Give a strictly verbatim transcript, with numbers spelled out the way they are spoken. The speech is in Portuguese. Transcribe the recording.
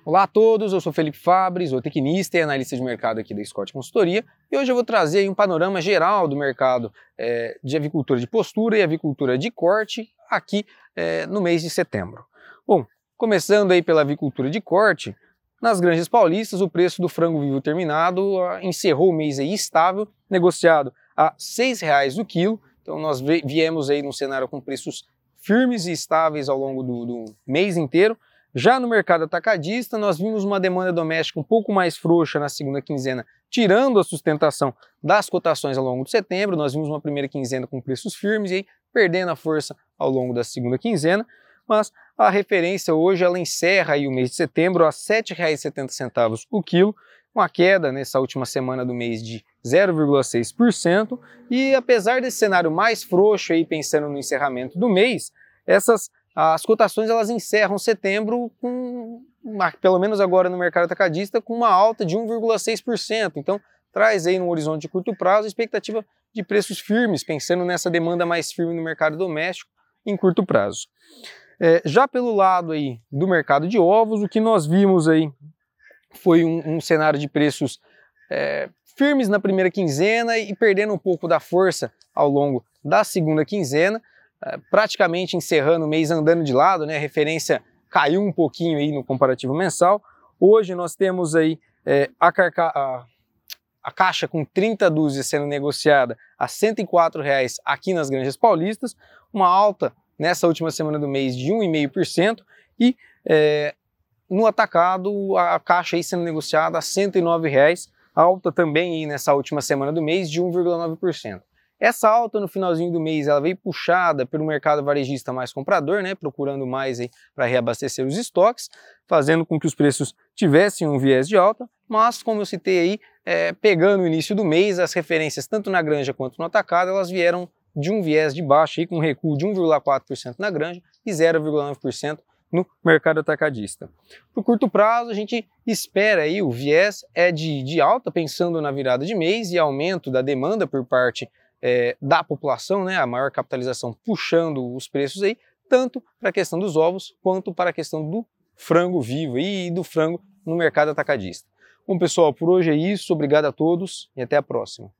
Olá a todos, eu sou Felipe Fabri, zootecnista e analista de mercado aqui da Scott Consultoria, e hoje eu vou trazer aí um panorama geral do mercado é, de avicultura de postura e avicultura de corte aqui é, no mês de setembro. Bom, começando aí pela avicultura de corte, nas granjas paulistas o preço do frango vivo terminado ah, encerrou o mês aí estável, negociado a seis reais o quilo, então nós viemos aí num cenário com preços firmes e estáveis ao longo do, do mês inteiro. Já no mercado atacadista, nós vimos uma demanda doméstica um pouco mais frouxa na segunda quinzena, tirando a sustentação das cotações ao longo de setembro. Nós vimos uma primeira quinzena com preços firmes e aí perdendo a força ao longo da segunda quinzena, mas a referência hoje ela encerra aí o mês de setembro a sete reais e setenta centavos o quilo, uma queda nessa última semana do mês de zero vírgula seis por cento, e apesar desse cenário mais frouxo aí pensando no encerramento do mês, essas As cotações elas encerram setembro, com, pelo menos agora no mercado atacadista, com uma alta de um vírgula seis por cento. Então traz aí no horizonte de curto prazo a expectativa de preços firmes, pensando nessa demanda mais firme no mercado doméstico em curto prazo. É, já pelo lado aí do mercado de ovos, o que nós vimos aí foi um, um cenário de preços é, firmes na primeira quinzena e perdendo um pouco da força ao longo da segunda quinzena, praticamente encerrando o mês andando de lado, né? A referência caiu um pouquinho aí no comparativo mensal. Hoje nós temos aí é, a, carca a, a caixa com trinta dúzias sendo negociada a cento e quatro reais aqui nas granjas paulistas, uma alta nessa última semana do mês de um vírgula cinco por cento e é, no atacado a caixa aí sendo negociada a cento e nove reais, alta também aí nessa última semana do mês de um vírgula nove por cento. Essa alta no finalzinho do mês ela veio puxada pelo mercado varejista mais comprador, né, procurando mais para reabastecer os estoques, fazendo com que os preços tivessem um viés de alta, mas como eu citei aí, é, pegando o início do mês, as referências tanto na granja quanto no atacado, elas vieram de um viés de baixo, aí, com um recuo de um vírgula quatro por cento na granja e zero vírgula nove por cento no mercado atacadista. Para o curto prazo, a gente espera aí, o viés é de, de alta, pensando na virada de mês e aumento da demanda por parte É, da população, né, a maior capitalização puxando os preços aí, tanto para a questão dos ovos quanto para a questão do frango vivo e do frango no mercado atacadista. Bom pessoal, por hoje é isso, obrigado a todos e até a próxima.